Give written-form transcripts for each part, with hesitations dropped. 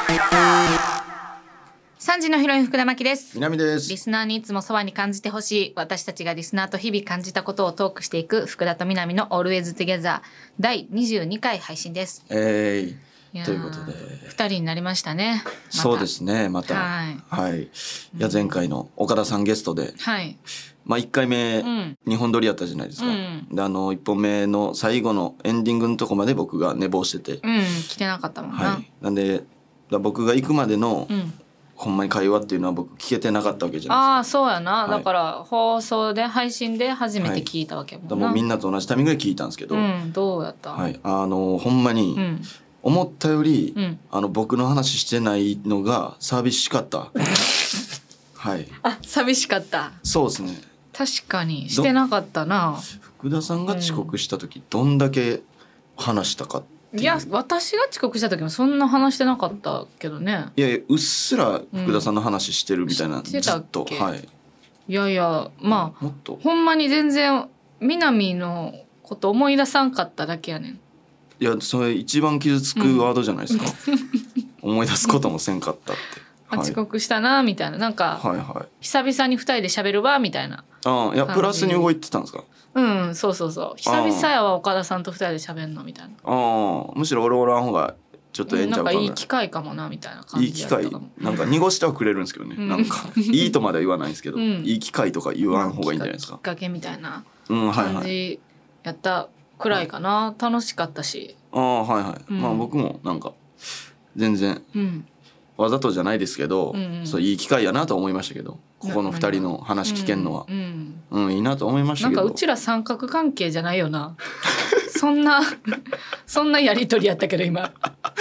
3時のヒロイン福田真希です。 南です。 リスナーにいつもそばに感じてほしい、私たちがリスナーと日々感じたことをトークしていく福田と南の Always Together 第22回配信です。 ということで 2人になりましたね。 そうですね、またはい、いや前回の岡田さんゲストで、1回目、2本撮りやったじゃないですか、で1本目の最後のエンディングのとこまで僕が寝坊してて、 来てなかったもんな、 なんで僕が行くまでの、ほんまに会話っていうのは僕聞けてなかったわけじゃないですか。 ああそうやな、だから放送で配信で初めて聞いたわけもんな、 もうみんなと同じタイミングで聞いたんですけど、 どうやった？ ほんまに、思ったより、僕の話してないのが寂しかった寂しかった。 そうですね、 確かにしてなかったな。 福田さんが遅刻した時どんだけ話したかっていう。 いや私が遅刻した時もそんな話してなかったけどね。 いやうっすら福田さんの話してるみたいな、ずっといやいやもっとほんまに全然南のこと思い出さんかっただけやねん。 いやそれ一番傷つくワードじゃないですか、思い出すこともせんかったって、 遅刻したなみたいな、なんか、久々に2人で喋るわみたいな。 いやプラスに動いてたんですか？ そう久々やわ岡田さんと2人で喋んのみたいな。 むしろ俺おらん方がちょっとええんちゃうかなんかいい機会かもなみたいな感じだったかも。いい機会なんか濁してはくれるんですけどね、なんかいいとまでは言わないんですけど、いい機会とか言わん方がいいんじゃないですか。 きっかけみたいな感じやったくらいかな、楽しかったし。僕もなんか全然、わざとじゃないですけど、そういい機会やなと思いましたけど、ここの2人の話聞けんのは、いいなと思いましたけど。 なんかうちら三角関係じゃないよなそんなやり取りやったけど今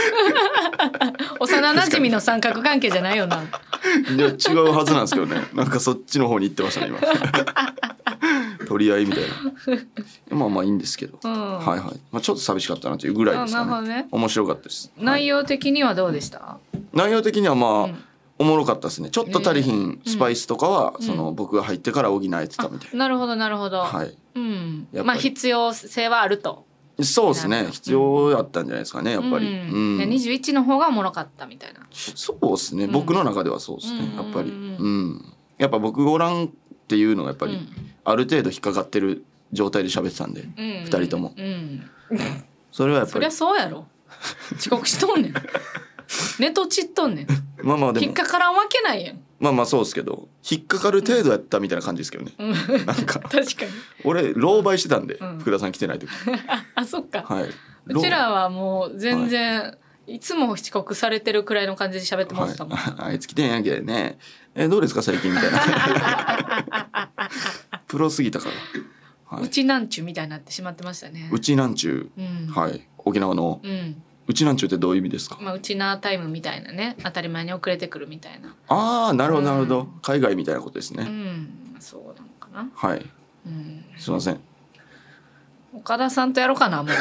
幼馴染の三角関係じゃないよな。 いや違うはずなんですけどね、なんかそっちの方に行ってましたね今取り合いみたいなまあいいんですけど、ちょっと寂しかったなというぐらいですかね。面白かったです。 内容的にはどうでした？ 内容的にはおもろかったですね。ちょっと足りひんスパイスとかは、その僕が入ってから補えてたみたいな。 なるほどなるほど。必要性はあると。 そうですね、必要だったんじゃないですかねやっぱり。 21の方がおもろかったみたいな。 そうですね、僕の中ではそうですね、やっぱり。やっぱ僕がおらんっていうのがやっぱりある程度引っかかってる状態で喋ってたんで、2人とも。それはやっぱり。 そりゃそうやろ。遅刻しとんねん。寝とちっとんねん。 でも引っかからんわけないやん。 そうですけど、引っかかる程度やったみたいな感じですけどね。なんか確かに俺狼狽してたんで、福田さん来てない時。 そっか。うちらはもう全然、いつも遅刻されてるくらいの感じで喋ってましたもん。 あいつ来てんやけどね、どうですか最近みたいなプロすぎたから、 うちなんちゅうみたいになってしまってましたね。 うちなんちゅう、沖縄の、うちなんちゅうってどういう意味ですか？ うちなタイムみたいなね、当たり前に遅れてくるみたいな。 なるほどなるほど、海外みたいなことですね。 そうなのかな。 すいません、 岡田さんとやろうかなもう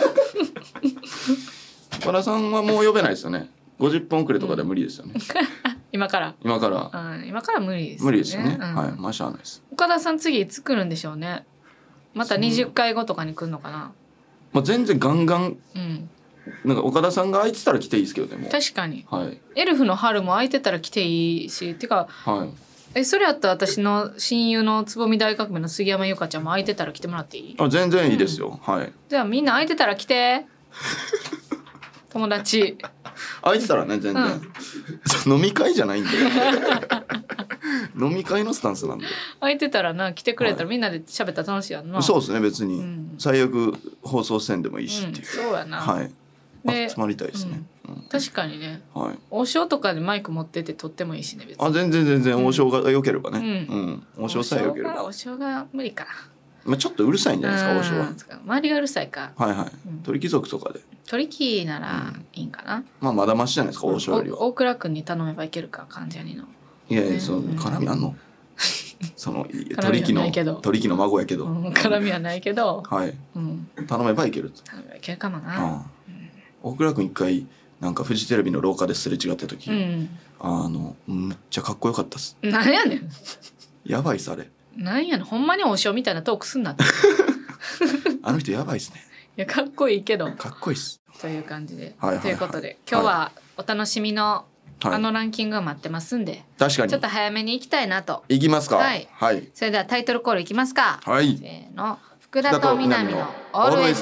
岡田さんはもう呼べないですよね。50分遅れとかで無理ですよね。 今から無理ですよね。 無理ですよね。しゃあないです。 岡田さん次いつ来るんでしょうね。また20回後とかに来るのかな。 全然ガンガン、なんか岡田さんが空いてたら来ていいですけどね。もう確かに、エルフの春も空いてたら来ていいし、てか、それやったら私の親友のつぼみ大革命の杉山由香ちゃんも空いてたら来てもらっていい？ 全然いいですよ。 じゃあみんな空いてたら来て友達空いてたらね、全然、飲み会じゃないんで飲み会のスタンスなんで、 空いてたらな、来てくれたらみんなで喋ったら楽しいやんな。 そうですね、別に、最悪放送せんでもいいしっていう、 そうやな。 集まりたいですね。 確かにね、王将とかでマイク持ってて撮ってもいいしね、別に。 全然王将が良ければね、王将さえ良ければ。 王将が無理か。 ちょっとうるさいんじゃないですか、王将は。 周りがうるさいか。 鳥貴族とかで。 鳥貴ならいいんかな。 まだマシじゃないですか、王将よりは。 大倉くんに頼めばいけるか、関ジャニの。 いやそう絡みあんのその鳥貴の孫やけど、 絡みはないけど、 頼めばいける。 頼めばいけるかもな。 大倉くん一回なんかフジテレビの廊下ですれ違った時、むっちゃかっこよかったっす。 なんやねん。 やばいっすあれ。 なんやねん、ほんまに王将みたいなトークすんなって。 あの人やばいっすね。 やかっこいいけどかっこいいっすという感じで、 はいはいはい、 ということで今日はお楽しみのあのランキングが待ってますんで、 確かにちょっと早めに行きたいなと。 行きますか。 はい、 はい、 それではタイトルコールいきますか。 はい、 せーの、福田と南の Always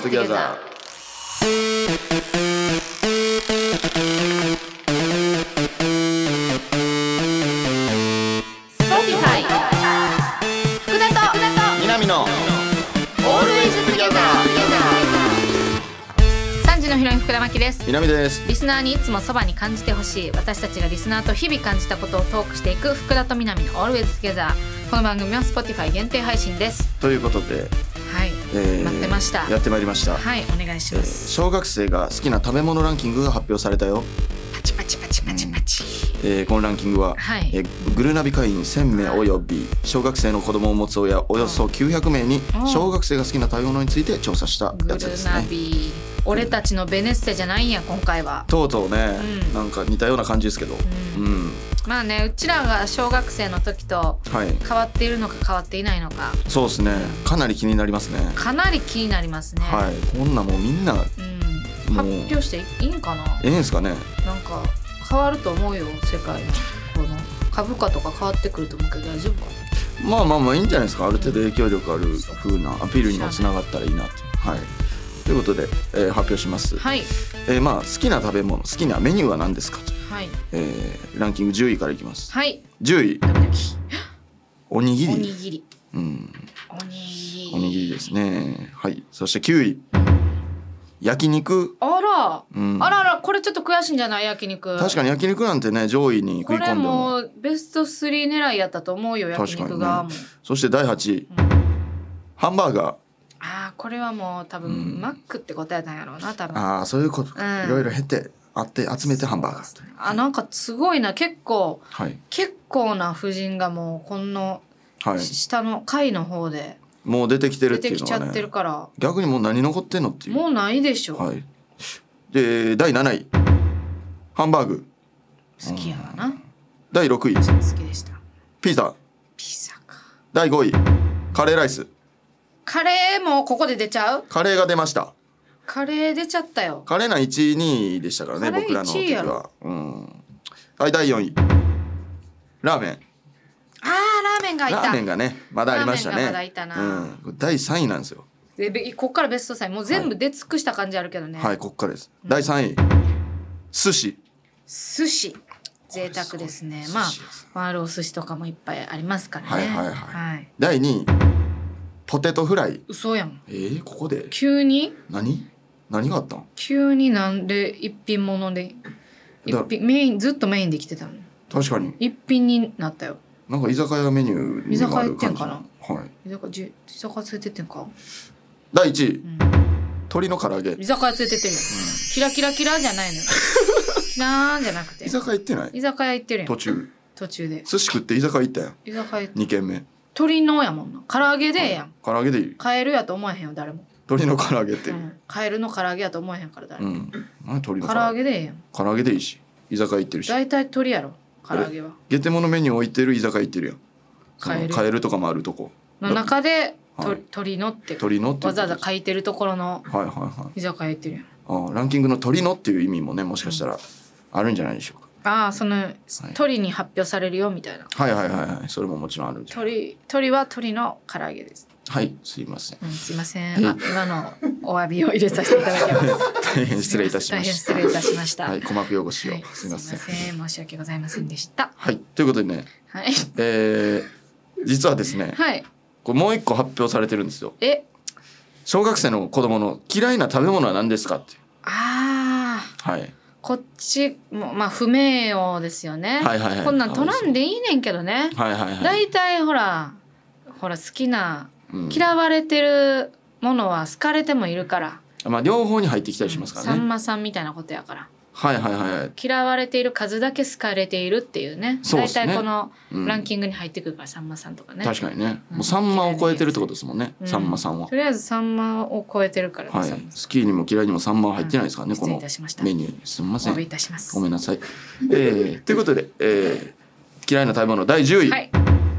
Together。Spotify 福田と南の Always Together。3時のヒロイン福田真希です。 南です。 リスナーにいつもそばに感じてほしい、私たちがリスナーと日々感じたことをトークしていく福田と南の Always Together。 この番組は Spotify 限定配信です。 ということで、 はい、待ってました。 やってまいりました。 はい、お願いします。 小学生が好きな食べ物ランキングが発表されたよ。 パチパチパチパチパチ、 このランキングは、はい、グルナビ会員1000名および小学生の子供を持つ親およそ900名に小学生が好きな食べ物について調査したやつですね。 グルナビ、俺たちのベネッセじゃないんや今回は。 とうとうね、なんか似たような感じですけど、 まあね、うちらが小学生の時と変わっているのか変わっていないのか、 そうですね、かなり気になりますね。 かなり気になりますね。 はい、こんなもうみんな、発表していいんかな。 いいんすかね。 なんか変わると思うよ、世界のこの株価とか変わってくると思うけど大丈夫かな。 まあいいんじゃないですか。ある程度影響力ある風なアピールにもつながったらいいなと。はい、ということで、発表します。 はい。 好きな食べ物、好きなメニューは何ですかと。 はい。 ランキング10位からいきます。 はい。 10位。おにぎり。 おにぎり。 おにぎりですね。はい。そして9位。焼肉。 あら、あら、これちょっと悔しいんじゃない？焼肉。 確かに焼肉なんてね、上位に食い込んでも。 これもベスト3狙いやったと思うよ、焼肉が。 ね、そして第8位、ハンバーガー。 これはもう多分、マックって答えたんやろうな、多分。 そういうこと。いろいろ経てあって集めてハンバーガー。 なんかすごいな、結構な夫人がもうこの下の階の方で。 もう出てきてるっていうのはね、 出てきちゃってるから、 逆にもう何残ってんのっていう。 もうないでしょ。 はい。で第7位ハンバーグ。 好きやわな。 第6位好きでした。 ピザ。 ピザか。 第5位カレーライス。 カレーもここで出ちゃう。 カレーが出ました。 カレー出ちゃったよ。 カレーな1位2位でしたからね、僕らの時は。はい、第4位ラーメン。 ラーメンがいた。 ラーメンがね、まだありましたね。 まだいたな。 第3位なんですよ。 こっからベスト3位、もう全部出尽くした感じあるけどね。 はい、こっからです。第3位寿司。 寿司贅沢ですね。あるお寿司とかもいっぱいありますからね。 はい。第2位ポテトフライ。 嘘やん。 ここで急に何があったん。 急になんで一品物でメイン、ずっとメインで来てたの。確かに一品になったよ。 なんか居酒屋メニューにもある感じ。居酒屋行ってんかな。はい。 居酒屋連れてってんか。 第1位、鶏の唐揚げ。 居酒屋連れてってるよ。キラキラキラじゃないのよ。キラーンじゃなくて。 居酒屋行ってない。 居酒屋行ってるやん。途中で。 寿司食って居酒屋行ったやん。 居酒屋 2軒目。 鶏のやもんな。唐揚げでええやん。 唐揚げでいい。 カエルやと思えへんよ誰も。 鶏の唐揚げって。 カエルの唐揚げやと思えへんから誰も。 唐揚げでええやん。 唐揚げでいいし、居酒屋行ってるし。 大体鶏やろ。唐揚げは。 ゲテモノメニュー置いてる居酒屋行ってるやん。カエルとかもあるとこ。 の中で鶏のってわざわざ書いてるところの居酒屋行ってるやん。 ランキングの鶏のっていう意味もね、もしかしたらあるんじゃないでしょうか。 その鳥に発表されるよみたいな。 はい、それももちろんあるんじゃない。 鳥は鳥の唐揚げです。 はい、すいません。 すいません。今のお詫びを入れさせていただきます。 大変失礼いたしました。 大変失礼いたしました。 はい、鼓膜汚しを、すいません。 申し訳ございませんでした。 はい、ということでね。はい。実はですね。 はい。 これもう一個発表されてるんですよ。小学生の子供の嫌いな食べ物は何ですかって。 はい。こっちも不名誉ですよね。こんなん取らんでいいねんけどね。だいたいほら好きな、嫌われてるものは好かれてもいるから。 両方に入ってきたりしますからね。 さんまさんみたいなことやから。 はい。 嫌われている数だけ好かれているっていうね。だいたいこのランキングに入ってくるから、さんまさんとかね。 確かにね。もう3万を超えてるってことですもんね。さんまさんは。 とりあえず3万を超えてるからね。 好きにも嫌いにも3万入ってないですからね。このメニューに。すみません。 お詫びいたします。 ごめんなさい。ということで、嫌いな食べ物第10位。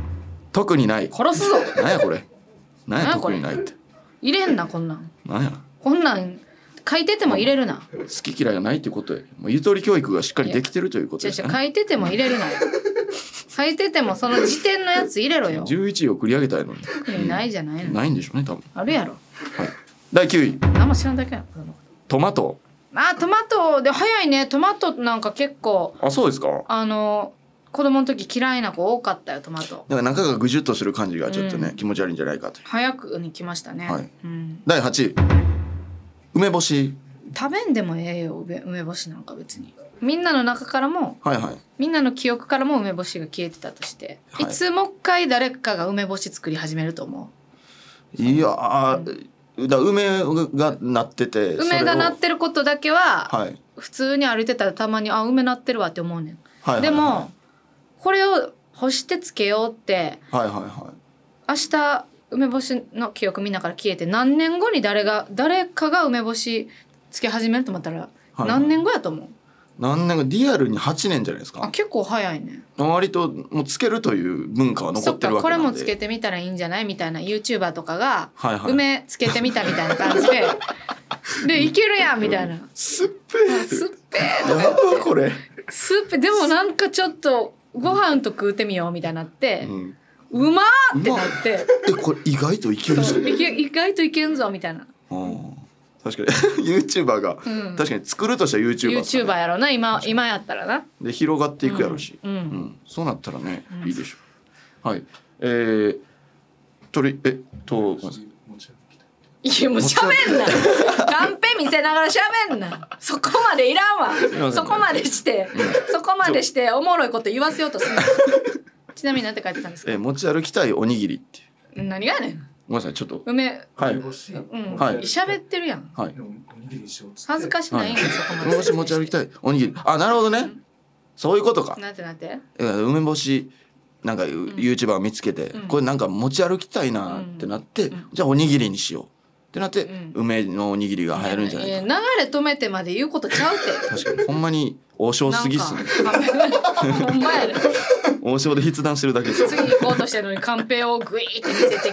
特にない。 殺すぞ。 なんやこれ。なんや特にないって。 入れんなこんなん。 なんや。 こんなん書いてても入れるな。 好き嫌いがないってことで、ゆとり教育がしっかりできてるということですね。 書いてても入れるなよ。書いててもその時点のやつ入れろよ。 11位を繰り上げたいのに。 特にないじゃないの。 ないんでしょうね多分。 あるやろ。 はい。第9位。 何も知らんだけやん。 トマト。 トマトで早いね。トマトなんか結構。 あ、そうですか。 子供の時嫌いな子多かったよトマト。 だから中がぐじゅっとする感じがちょっとね、気持ち悪いんじゃないかと。 早くに来ましたね。はい。 第8位。梅干し。 食べんでもええよ梅干しなんか別に。みんなの中からも、みんなの記憶からも梅干しが消えてたとして、いつもう一回誰かが梅干し作り始めると思う？いや梅がなってて、 梅がなってることだけは、普通に歩いてたらたまに梅なってるわって思うねん。でもこれを干してつけようって、明日梅干しの記憶みんなから消えて何年後に誰かが梅干しつけ始めると思ったら何年後やと思う？ 何年後？リアルに8年じゃないですか。 結構早いね。 割ともうつけるという文化は残ってるわけなんで。 これもつけてみたらいいんじゃないみたいな YouTuber とかが梅つけてみたみたいな感じででいけるやんみたいな。 すっぺーすっぺーとかやばこれすっぺでもなんかちょっとご飯と食うてみようみたいになって、うまーってなってこれ意外といけるぞ意外といけんぞみたいな。 確かにYouTuber が、確かに作るとしたら YouTuber やろな今やったらな。で広がっていくやろし、そうなったらね、いいでしょう。はい。いやもう喋んな。カンペ見せながら喋んな。そこまでいらんわ。そこまでしておもろいこと言わせようとする。ちなみに何て書いてたんですか？ 持ち歩きたいおにぎりっていう。 何がやねん。 ごめんなさいちょっと梅喋ってるやん。恥ずかしないんですよ。 梅干し持ち歩きたいおにぎり。なるほどね。そういうことか。 なんて梅干しなんか YouTuber が見つけて、これなんか持ち歩きたいなってなって、じゃあおにぎりにしようってなって、梅のおにぎりが流行るんじゃないか。 流れ止めてまで言うことちゃうて。 確かにほんまに王将すぎっすね。 ほんまやで。 王将で筆談してるだけです。 次行こうとしてるのにカンペをグイーって見せてきて。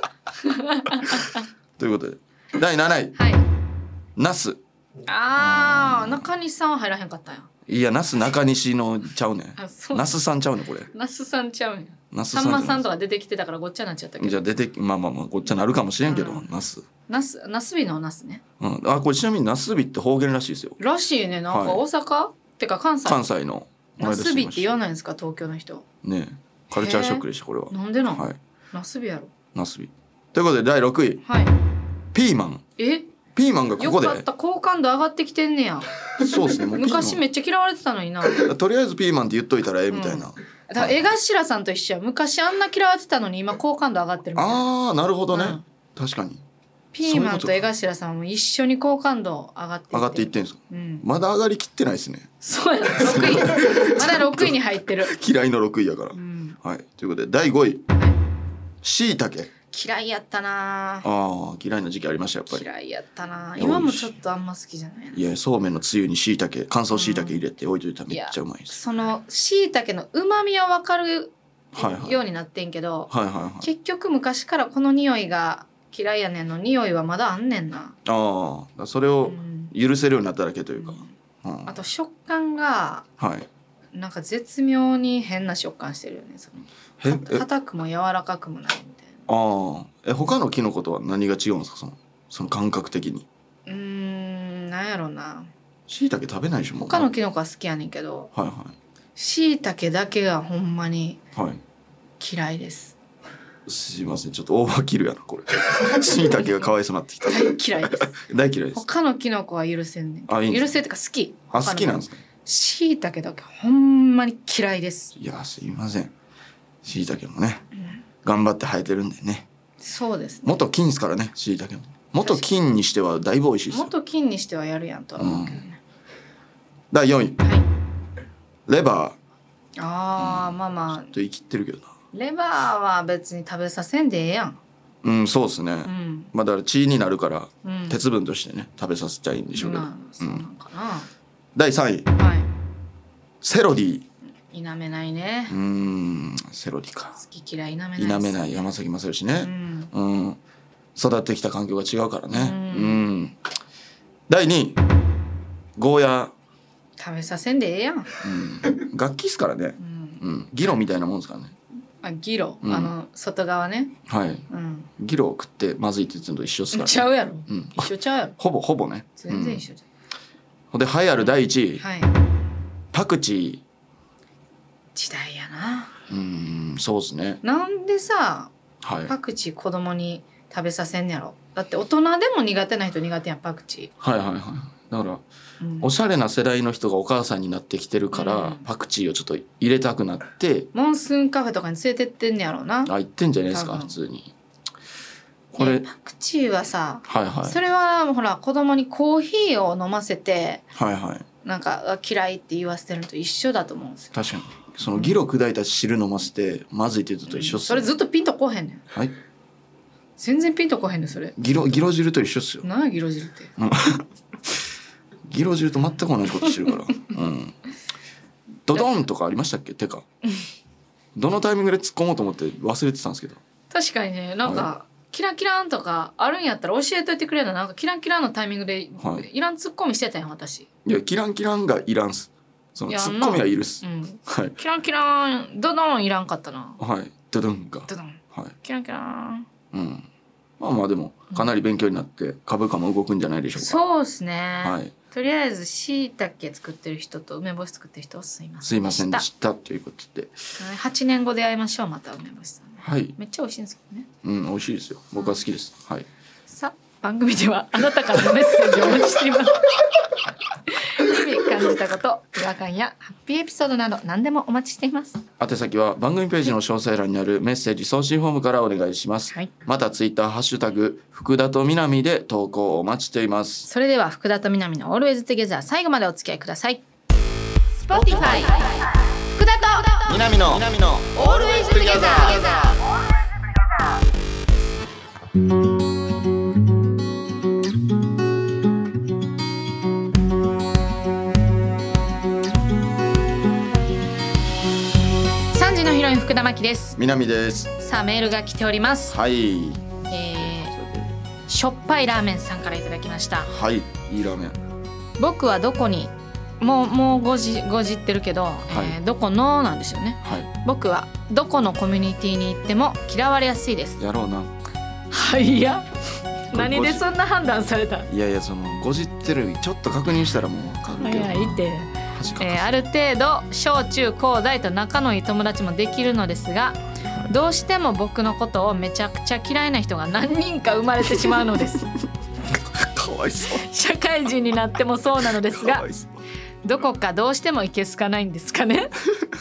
ということで第7位。ナス。 中西さんは入らへんかったんや。 いやナス中西のちゃうねん。ナスさんちゃうねんこれ。 ナスさんちゃうんや。さんまさんとか出てきてたからごっちゃになっちゃったけど。 じゃあまあごっちゃなるかもしれんけど、ナスビのナスね。 これちなみにナスビって方言らしいですよ。 らしいね。なんか大阪ってか関西のナスビって言わないんですか東京の人。 ねカルチャーショックでしたこれは。 なんでなん？ナスビやろ。 ナスビ。ということで第6位。ピーマン。ピーマンがここで。 よかった好感度上がってきてんねや。 そうですね。 昔めっちゃ嫌われてたのにな。 とりあえずピーマンって言っといたらええみたいな。 だから江頭さんと一緒や。昔あんな嫌われてたのに今好感度上がってるみたいな。 なるほどね。確かに。 ピーマンと江頭さんも一緒に好感度上がっていってんすか。まだ上がりきってないですね。 そうやな。6位。まだ6位に入ってる。 嫌いの6位やから。はい。ということで第5位。しいたけ。 嫌いやったな。 嫌いな時期ありましたやっぱり。 嫌いやったな。今もちょっとあんま好きじゃない。 いやそうめんのつゆにしいたけ乾燥しいたけ入れて置いといたらめっちゃうまいです。 そのしいたけの旨味は分かるようになってんけど、結局昔からこの匂いが嫌いやねんの匂いはまだあんねんな。 それを許せるようになっただけというか。 あと食感がなんか絶妙に変な食感してるよね。硬くも柔らかくもないみたいな。 他のキノコとは何が違うんですかその感覚的に。 なんやろな。 しいたけ食べないでしょ。 他のキノコは好きやねんけど、しいたけだけがほんまに嫌いです。 すいませんちょっとオーバーキルやなこれ。しいたけがかわいそうになってきた。 大嫌いです。 大嫌いです。 他のキノコは許せんねん。許せってか好き。 好きなんですか。 しいたけだけほんまに嫌いです。 いやすいません。しいたけもね、頑張って生えてるんでね。 そうですね。 元金ですからねしいたけも。元金にしてはだいぶ美味しいですよ。 元金にしてはやるやんとは思うけどね。 第4位。レバー。 まあまあ。 ちょっと生きってるけどな。 レバーは別に食べさせんでええやん。 そうですね。だから血になるから鉄分としてね食べさせちゃいいんでしょうけど。 そうなんかな。 第3位。セロリ。 否めないね。 セロリか。 好き嫌い否めない。 否めない山崎まさよしね。 育ってきた環境が違うからね。第2位ゴーヤ食べさせんでええやん。 楽器っすからね。ギロみたいなもんですからね。 ギロ、外側ね。 はい。ギロを食ってまずいって言ってるのと一緒っすから。 ちゃうやろ。一緒ちゃうやろ。 ほぼね。 全然一緒じゃん。 ほんで栄えある第1位、パクチー。 時代やな。 そうですね。 なんでさ、パクチー子供に食べさせんねやろ。だって大人でも苦手な人苦手やん、パクチー。だから、おしゃれな世代の人がお母さんになってきてるから、パクチーをちょっと入れたくなって、 モンスーンカフェとかに連れてってんねやろうな。 行ってんじゃないですか、普通に。 これパクチーはさ、それはほら子供にコーヒーを飲ませて、なんか嫌いって言わせてるのと一緒だと思うんですよ。 確かにそのギロ砕いた汁飲ませてまずいって言うのと一緒っす、 それずっとピンとこへんねん。全然ピンとこへんねんそれ。 ギロ汁と一緒っすよ。 何やギロ汁って。 ギロ汁と全く同じことしてるから。ドドンとかありましたっけ。てかどのタイミングで突っ込もうと思って忘れてたんですけど。 確かにね、なんか、キラキランとかあるんやったら教えといてくれるの。なんかキラキランのタイミングでいらんツッコミしてたよ私。 いやキランキランがいらんす。そのツッコミはいるっす。 キランキランドドンいらんかったな。 ドドンが。 ドドン。キランキラン。 まあでもかなり勉強になって株価も動くんじゃないでしょうか。 そうですね。とりあえずしいたけ作ってる人と梅干し作ってる人すいませんでしたということで。 8年後で会いましょう。また梅干しさん。めっちゃ美味しいんですけどね。 美味しいですよ。僕は好きです。 さあ番組ではあなたからのメッセージをお待ちしています。日々感じたこと、違和感やハッピーエピソードなど何でもお待ちしています。 宛先は番組ページの詳細欄にあるメッセージ送信フォームからお願いします。またツイッターハッシュタグ福田と南で投稿をお待ちしています。 それでは福田と南の Always Together 最後までお付き合いください。Spotify 福田と南の Always Together。3時のヒロイン福田真希です。 南です。 さあメールが来ております。しょっぱいラーメンさんからいただきました。 いいラーメン。 僕はどこにもうごじってるけど、どこのなんですよね。僕はどこのコミュニティに行っても嫌われやすいです。 やろうな。 いや何でそんな判断された。 いやそのごじってるちょっと確認したらもう分かるけどな。 いってある程度小中高大と仲のいい友達もできるのですが、どうしても僕のことをめちゃくちゃ嫌いな人が何人か生まれてしまうのです。 かわいそう。 社会人になってもそうなのですが、どこかどうしてもいけすかないんですかね。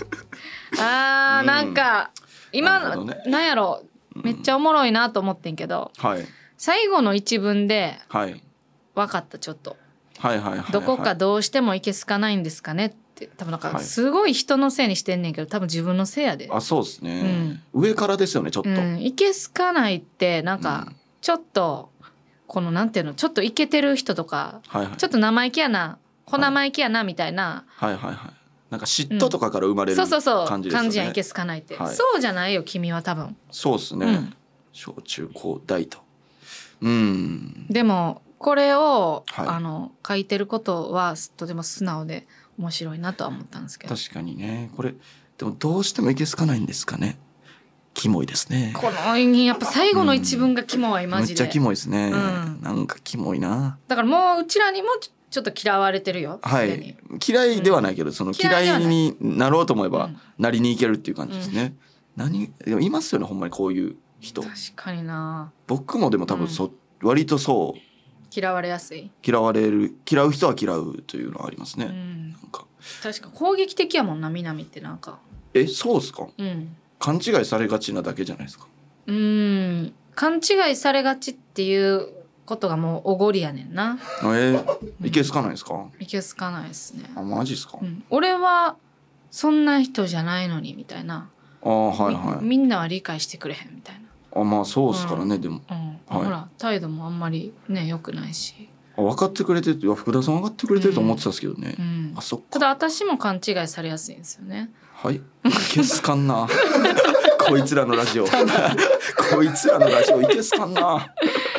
なんか今なんやろ、めっちゃおもろいなと思ってんけど、最後の一文で分かった。ちょっとどこかどうしてもいけすかないんですかねって、多分なんかすごい人のせいにしてんねんけど、多分自分のせいやで。 そうですね、上からですよねちょっと、 いけすかないってなんかちょっとこのなんていうの、ちょっとイケてる人とか、ちょっと生意気やな、小生意気やなみたいな、 なんか嫉妬とかから生まれる感じですよね。 感じやん、いけすかないって、そうじゃないよ君は多分。 そうですね、小中高大と。 でもこれを、書いてることはとても素直で面白いなとは思ったんですけど。 確かにね。これでもどうしてもいけすかないんですかね。キモいですね。 このやっぱ最後の一文がキモい、マジでめっちゃキモいですね、なんかキモいな。 だからもううちらにもちょっと嫌われてるよ。 嫌いではないけど、その嫌いになろうと思えばなりにいけるっていう感じですね。でもいますよねほんまにこういう人。 確かにな。 僕もでも多分割とそう、 嫌われやすい。 嫌う人は嫌うというのはありますね。なんか確か攻撃的やもんな南って。なんかそうですか。勘違いされがちなだけじゃないですか。 勘違いされがちっていうことがもうおごりやねんな。 いけすかないですか。 いけすかないですね。 マジですか。 俺はそんな人じゃないのにみたいな。みんなは理解してくれへんみたいな。 まあそうですからね。でもほら態度もあんまりね良くないし。 分かってくれてる。福田さん分かってくれてると思ってたんですけどね。そっか。 ただ私も勘違いされやすいんですよね。 いけすかんな。こいつらのラジオこいつらのラジオいけすかんな。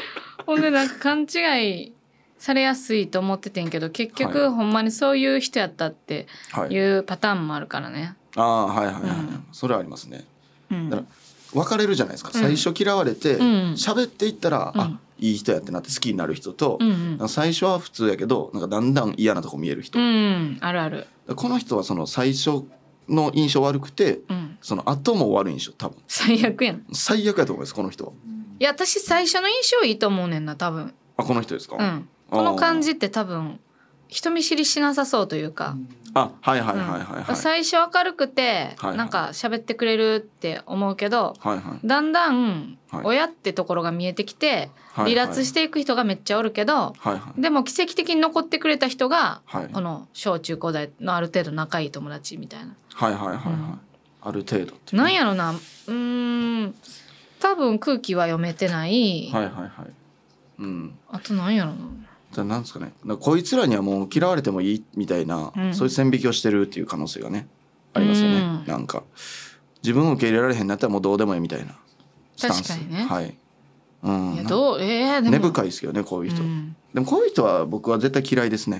ほんでなんか勘違いされやすいと思っててんけど結局ほんまにそういう人やったっていうパターンもあるからね。 はいはいはい、それはありますね。だから別れるじゃないですか、最初嫌われて喋っていったら、いい人やってなって好きになる人と、最初は普通やけどなんかだんだん嫌なとこ見える人、 あるある。 この人はその最初の印象悪くて、その後も悪い印象多分最悪やん。 最悪やと思いますこの人は。 いや私最初の印象いいと思うねんな多分。 この人ですか。 この感じって多分人見知りしなさそうというか、 はいはいはいはい、 最初明るくてなんか喋ってくれるって思うけど、だんだん親ってところが見えてきて離脱していく人がめっちゃおるけど、でも奇跡的に残ってくれた人がこの小中高大のある程度仲いい友達みたいな。 ある程度ってなんやろな、多分空気は読めてない。あとなんやろな。 なんですかね、こいつらにはもう嫌われてもいいみたいな、そういう線引きをしてるっていう可能性がねありますよね。なんか自分を受け入れられへんなったらもうどうでもいいみたいなスタンス。 確かにね。 はい。 いやどうでも根深いですけどねこういう人、でもこういう人は僕は絶対嫌いですね。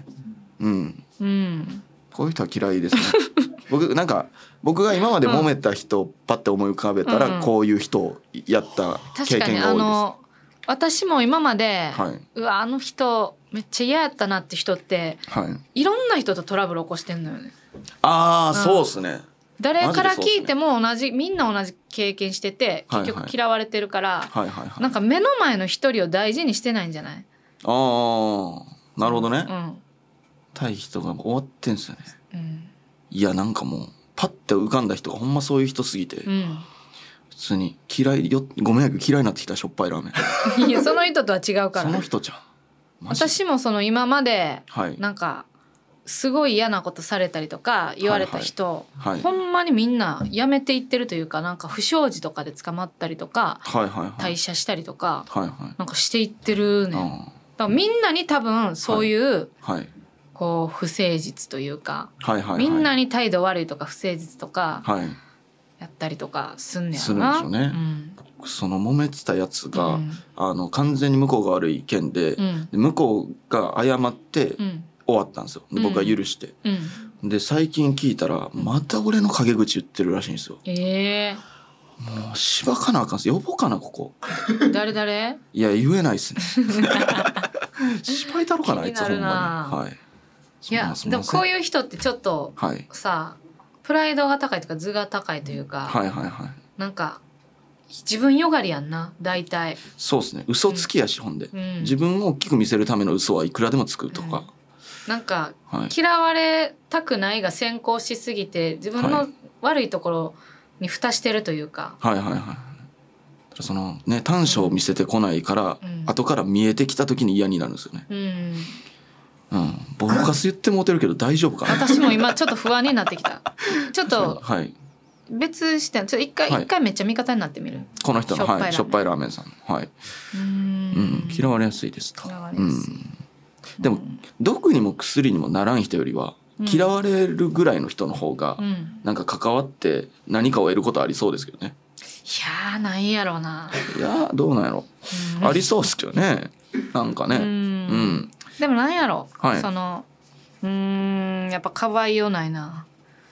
こういう人は嫌いですね。僕が今まで揉めた人をパッて思い浮かべたら、こういう人をやった経験が多いです。 私も今まで、うわあの人めっちゃ嫌やったなって人って、いろんな人とトラブル起こしてんのよね。 そうですね。 誰から聞いてもみんな同じ経験してて結局嫌われてるから、なんか目の前の一人を大事にしてないんじゃない？ なるほどね。対人が終わってんすよね。いやなんかもうパッて浮かんだ人がほんまそういう人すぎて、普通にごめんやけど嫌いになってきたしょっぱいラーメン。 いやその人とは違うから。 その人じゃん。 私もその今までなんかすごい嫌なことされたりとか言われた人、ほんまにみんなやめていってるというか、なんか不祥事とかで捕まったりとか、退社したりとか、なんかしていってるね。だからみんなに多分そういう、こう不誠実というか、みんなに態度悪いとか不誠実とかやったりとかすんねやろな。 するんでしょうね。その揉めてたやつが、完全に向こうが悪い件で、向こうが謝って終わったんですよ。で僕が許して、で最近聞いたらまた俺の陰口言ってるらしいんですよ。もうしばかなあかんす。呼ぼうかなここ。 誰？ いや言えないっすね。芝居だろかなあいつほんまに。 いやでもこういう人ってちょっとさ、プライドが高いとか図が高いというか、なんか自分よがりやんな大体。 そうですね。嘘つきやし、ほんで、自分を大きく見せるための嘘はいくらでもつくとか、 なんか、嫌われたくないが先行しすぎて自分の悪いところに蓋してるというか、 そのね短所を見せてこないから、後から見えてきた時に嫌になるんですよね。ボロカス言ってもうてるけど大丈夫かな。 私も今ちょっと不安になってきた。ちょっと別視点、ちょっと一回めっちゃ味方になってみる。 この人のしょっぱいラーメンさん、嫌われやすいですと。でも毒にも薬にもならん人よりは、嫌われるぐらいの人の方が、なんか関わって何かを得ることありそうですけどね。 いやないやろうな。 いやどうなんやろ、ありそうですけどね。なんかね。 でもなんやろ、そのやっぱ可愛いよないな。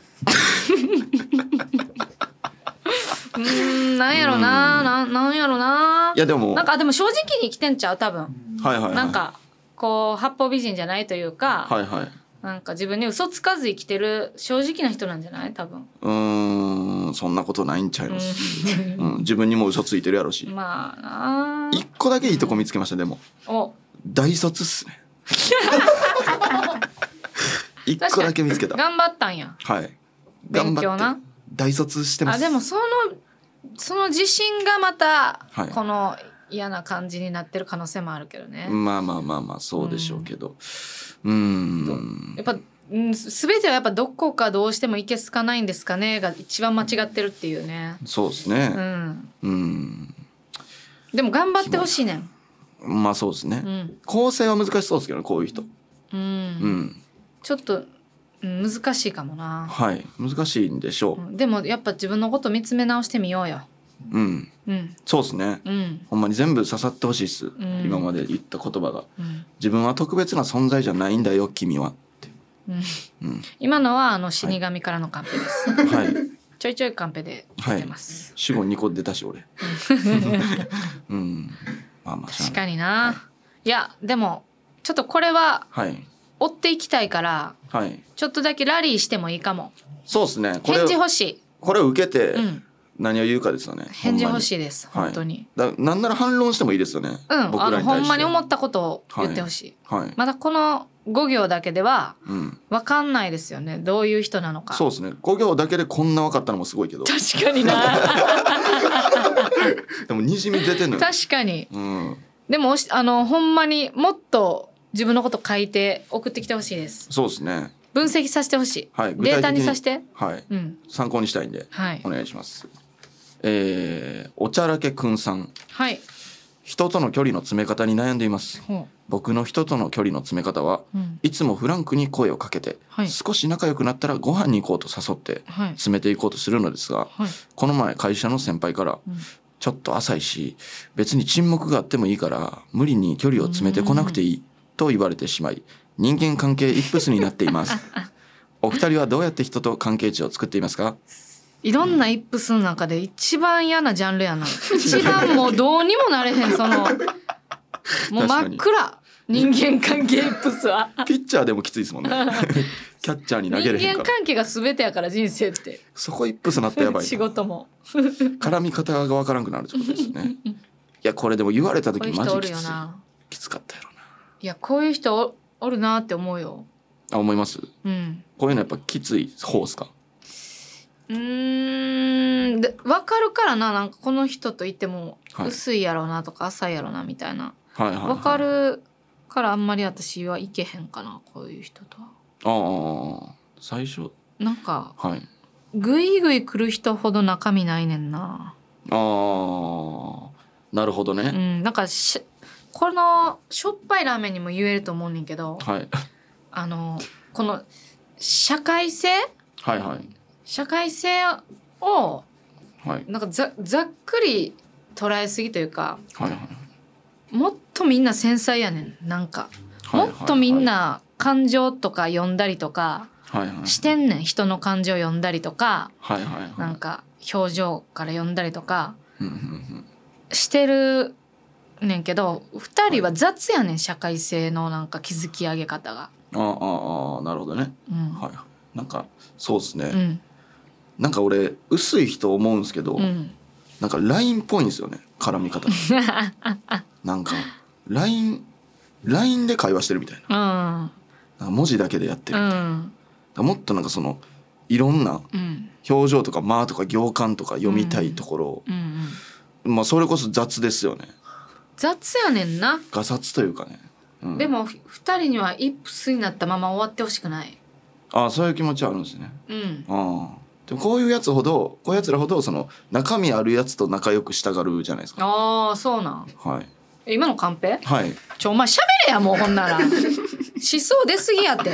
なんやろな、なんやろな。 いやでもなんかでも正直に生きてんちゃう多分。なんかこう八方美人じゃないというか、なんか自分に嘘つかず生きてる正直な人なんじゃない多分。 そんなことないんちゃいます。自分にも嘘ついてるやろし。 まあな。 一個だけいいとこ見つけました。でも大卒っすね。一個だけ見つけた。 頑張ったんや。勉強な。 大卒してます。 でもその自信がまたこの嫌な感じになってる可能性もあるけどね。 まあそうでしょうけど、 やっぱ全てはやっぱどこかどうしてもいけすかないんですかねが一番間違ってるっていうね。 そうですね。 でも頑張ってほしいねん。 まあそうですね。構成は難しそうですけどねこういう人。 ちょっと難しいかもな。 難しいんでしょう。でもやっぱ自分のこと見つめ直してみようよ。 うん、そうですね、ほんまに全部刺さってほしいっす、今まで言った言葉が、自分は特別な存在じゃないんだよ君はって、 今のは死神からのカンペです、はい、ちょいちょいカンペで出てます、 はい、主語2個出たし俺まあまあ確かにな。いやでもちょっとこれは追っていきたいから、はい、ちょっとだけラリーしてもいいかも。 そうですね。 返事欲しい。 これを受けて何を言うかですよね。 返事欲しいです。本当に。 なんなら反論してもいいですよね。 僕らに対してほんまに思ったことを言ってほしい。はい。まだこの5行だけでは分かんないですよね。どういう人なのか。 そうですね。5行だけでこんな分かったのもすごいけど。 確かにな。 でもにじみ出てんのよ。 確かに。でもほんまにもっと自分のこと書いて送ってきてほしいです。 そうですね。 分析させてほしい。はい。データにさせて。 はい。参考にしたいんで。はい。お願いします。おちゃらけくんさん。はい。人との距離の詰め方に悩んでいます。僕の人との距離の詰め方は、いつもフランクに声をかけて、少し仲良くなったらご飯に行こうと誘って詰めていこうとするのですが、この前会社の先輩から、ちょっと浅いし別に沈黙があってもいいから無理に距離を詰めてこなくていいと言われてしまい、人間関係イップスになっています。お二人はどうやって人と関係値を作っていますか？ いろんなイップスの中で一番嫌なジャンルやな。一番もうどうにもなれへんもう真っ暗。人間関係イップスはピッチャーでもきついですもんね。キャッチャーに投げれへんから。 人間関係が全てやから人生って。 そこイップスなってやばいな。 仕事も絡み方がわからんくなるってことですね。いやこれでも言われた時マジきつかったやろな。 いやこういう人おるなって思うよ。 あ、思います。こういうのやっぱきつい方ですか？ で分かるからな。なんかこの人といても薄いやろうなとか浅いやろうなみたいな、分かるからあんまり私はいけへんかな、こういう人とは。 ああ最初なんか、ぐいぐい来る人ほど中身ないねんな。 あなるほどね。 なんかこのしょっぱいラーメンにも言えると思うねんけど、この社会性、社会性をなんかざっくり捉えすぎというか、もっとみんな繊細やねん。なんか、もっとみんな感情とか読んだりとかしてんねん。人の感情読んだりとか、なんか表情から読んだりとかしてるねんけど、2人は雑やねん、社会性のなんか築き上げ方が。 なるほどね。なんかそうですね。なんか俺薄い人思うんですけど、なんか LINE っぽいんですよね、絡み方。なんか LINE で会話してるみたいな、なんか文字だけでやってるみたいな、もっとなんかいろんな表情とか間とか行間とか読みたいところを、まあそれこそ雑ですよね。 雑やねんな。 ガサツというかね。 でも2人にはイップスになったまま終わってほしくない。 そういう気持ちはあるんですね。でもこういうやつらほど中身あるやつと仲良くしたがるじゃないですか。 そうなん。今のカンペ？お前喋れやもうほんなら。思想出すぎやって。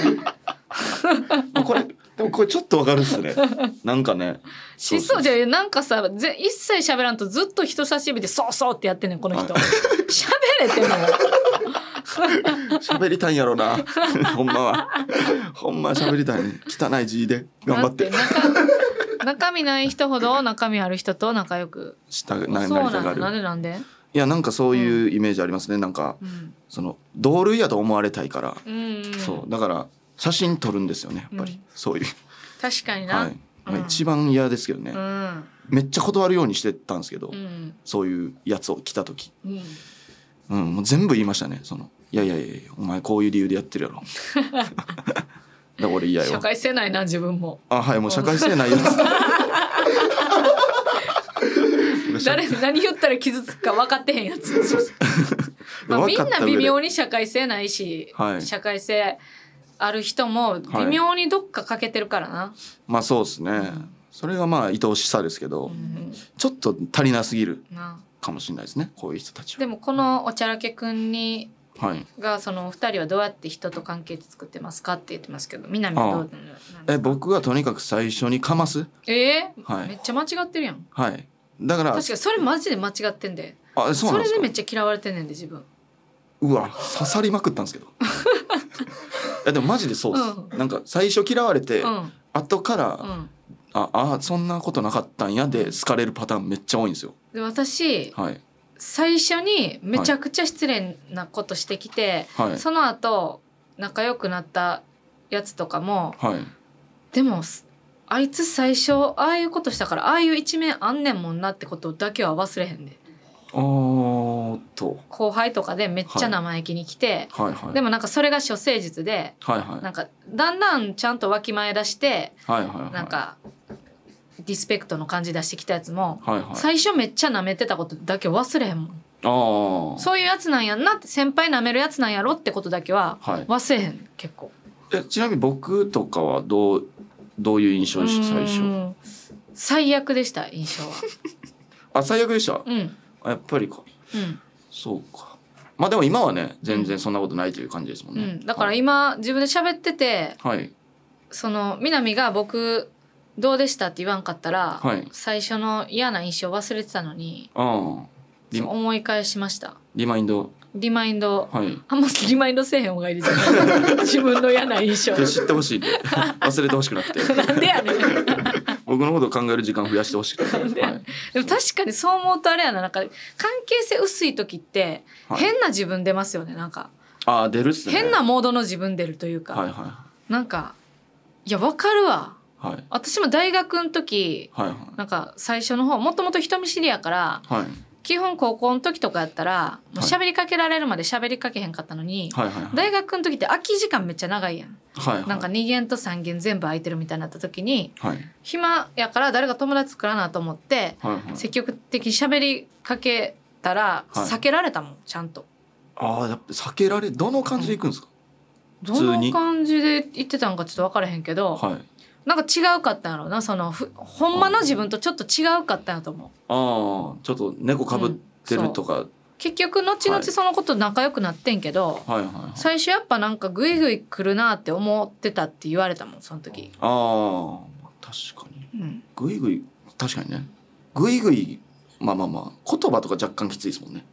でもこれちょっとわかるっすね。なんかね。 思想じゃなんかさ、一切喋らんとずっと人差し指でそうそうってやってんねんこの人。喋れってもう。 喋りたいんやろな。ほんま喋りたいね。汚い字で頑張って。 中身ない人ほど中身ある人と仲良くなりたがる。 なんで？ いやなんかそういうイメージありますね。なんか、同類やと思われたいから、そうだから写真撮るんですよね、やっぱり。そういう。 確かにな。 一番嫌ですけどね。めっちゃ断るようにしてたんですけど、そういうやつを着た時、もう全部言いましたね。いやお前こういう理由でやってるやろ。だから俺嫌よ。 社会性ないな自分も。 もう社会性ないやつ。 何言ったら傷つくか分かってへんやつ。みんな微妙に社会性ないし、社会性ある人も微妙にどっか欠けてるからな。 まあそうですね。それがまあ愛おしさですけど、ちょっと足りなすぎるかもしれないですね、こういう人たちは。 でもこのおちゃらけくんが2人はどうやって人と関係って作ってますかって言ってますけど、南はどうなんですか？ 僕はとにかく最初にかます。 めっちゃ間違ってるやん。 だから確かにそれマジで間違ってんで。あ、そうなんですか。それでめっちゃ嫌われてんねんで自分。 うわ刺さりまくったんですけどいやでもマジでそうです、うん、なんか最初嫌われて、うん、後から、うん、そんなことなかったんやで好かれるパターンめっちゃ多いんですよ。 で私、はい、最初にめちゃくちゃ失礼なことしてきて、はい、その後仲良くなったやつとかも、はい、でもあいつ最初ああいうことしたからああいう一面あんねんもんなってことだけは忘れへんで。後輩とかでめっちゃ生意気に来て、はいはいはい、でもなんかそれが処世術で、はいはい、なんかだんだんちゃんとわきまえ出して、はいはいはい、なんかリスペクトの感じ出してきたやつも、はいはい、最初めっちゃ舐めてたことだけ忘れへんもん。そういうやつなんやんなって先輩舐めるやつなんやろってことだけは忘れへん、はい、結構。 ちなみに僕とかはどういう印象でした最初？ 最悪でした印象は。 あ、最悪でした。うん。やっぱりか、うん、そうか。まあでも今はね全然そんなことないという感じですもんね、うん、 だから今、はい、自分で喋ってて、はい、その南が僕どうでしたって言わんかったら、はい、最初の嫌な印象忘れてたのに思い返しました。 リマインド、 はい、あんまリマインドせえへん方がいいですよね。自分の嫌な印象知ってほしい忘れてほしくなくてなんでやねん僕のことを考える時間増やしてほしくて、はい、 でも確かにそう思うとあれやな、なんか関係性薄い時って変な自分出ますよね。なんか出るっすね。 変なモードの自分出るというか、はいはい、なんかいや分かるわ、はい、私も大学の時、はいはい、なんか最初の方もともと人見知りやから、はい、基本高校の時とかやったらもう喋りかけられるまで喋りかけへんかったのに、はいはいはい、大学の時って空き時間めっちゃ長いやん、はいはい、なんか2限と3限全部空いてるみたいになった時に、はい、暇やから誰か友達作らなと思って、はいはい、積極的に喋りかけたら避けられたもん、ちゃんと。 やっぱ避けられ、どの感じで行くんですか？ どの感じで言ってたんかちょっと分からへんけど、はい、なんか違うかったんやろうな、そのほんまの自分とちょっと違うかったんやと思う。 ちょっと猫かぶってるとか、 結局後々そのこと仲良くなってんけど、はいはいはいはい、最初やっぱなんかグイグイ来るなって思ってたって言われたもんその時。 確かに、うん、グイグイ確かにね、グイグイまあ言葉とか若干きついですもんね。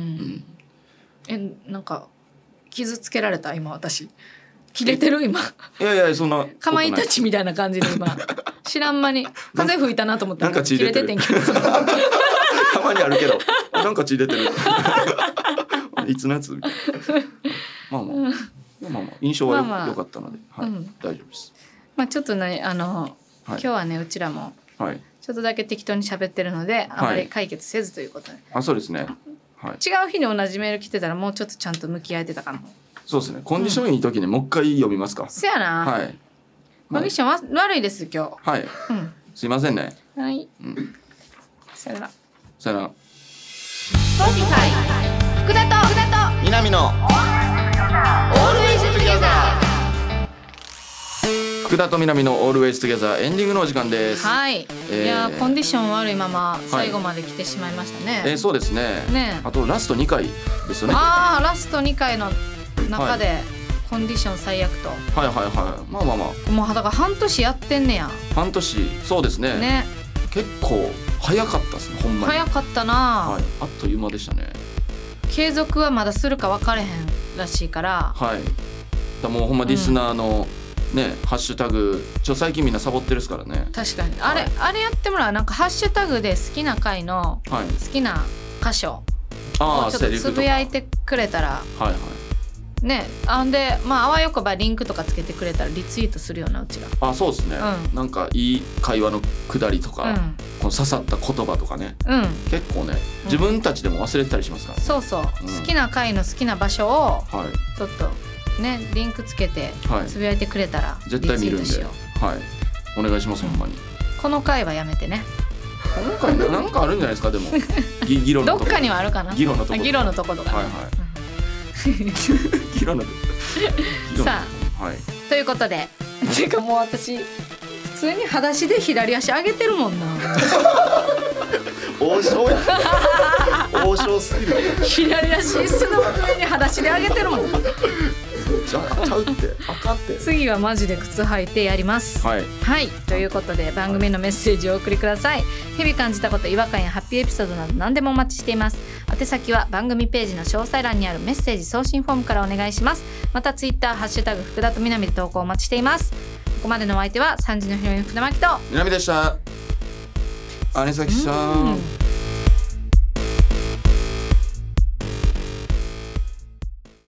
なんか傷つけられた今私。切れてる今。 いやそんな。 かまいたちみたいな感じで今知らん間に風吹いたなと思ったら切れててんけど。 たまにあるけどなんか血出てる。いつのやつ。まあ印象は良かったので、はい、大丈夫です。 ちょっとね今日はねうちらもちょっとだけ適当に喋ってるので、あまり解決せずということで。 そうですね。はい、 違う日に同じメール来てたらもうちょっとちゃんと向き合えてたかも。 そうですね。コンディションいい時にもう一回読みますか。 そうやな。はい。コンディションは悪いです今日。 はい。すいませんね。 はい。さよなら。 さよなら。 Spotify 福田と南のオールウェイズトゥギャザー。福田と南のオールウェイズトゥギャザーエンディングのお時間です。 はい。いやコンディション悪いまま最後まで来てしまいましたね。 そうですね。あとラスト2回ですよね。 ラスト2回の中でコンディション最悪と。 はいまあもうだから半年やってんねや。 半年、そうですね。結構早かったですね、ほんまに。 早かったな。 はい、あっという間でしたね。 継続はまだするか分かれへんらしいから。 はい。もうほんまリスナーのね、ハッシュタグ最近みんなサボってるですからね。確かにあれやってもらう。なんかハッシュタグで好きな回の好きな箇所をちょっとつぶやいてくれたら。ね、であわよくばリンクとかつけてくれたらリツイートするようなうちら。 そうですね、なんかいい会話のくだりとか、この刺さった言葉とかね、結構ね自分たちでも忘れてたりしますからね。 そうそう、好きな回の好きな場所をちょっとねリンクつけてつぶやいてくれたら絶対見るんで、お願いしますほんまに。 この回はやめてね。 この回なんかあるんじゃないですか。でも議論のとこどっかにはあるかな。議論のとことかね。さあ、ということでてかもう私普通に裸足で左足上げてるもんな。 王将や王将すぎる。 左足椅子の上に裸足で上げてるもん。 ちゃうってあかんって。 次はマジで靴履いてやります。はい、はい、ということで番組のメッセージをお送りください。日々感じたこと、違和感やハッピーエピソードなど何でもお待ちしています。宛先は番組ページの詳細欄にあるメッセージ送信フォームからお願いします。またツイッターハッシュタグ福田とみなみで投稿お待ちしています。ここまでのお相手は3時のヒロイン福田真希とみなみでした。姉崎さん。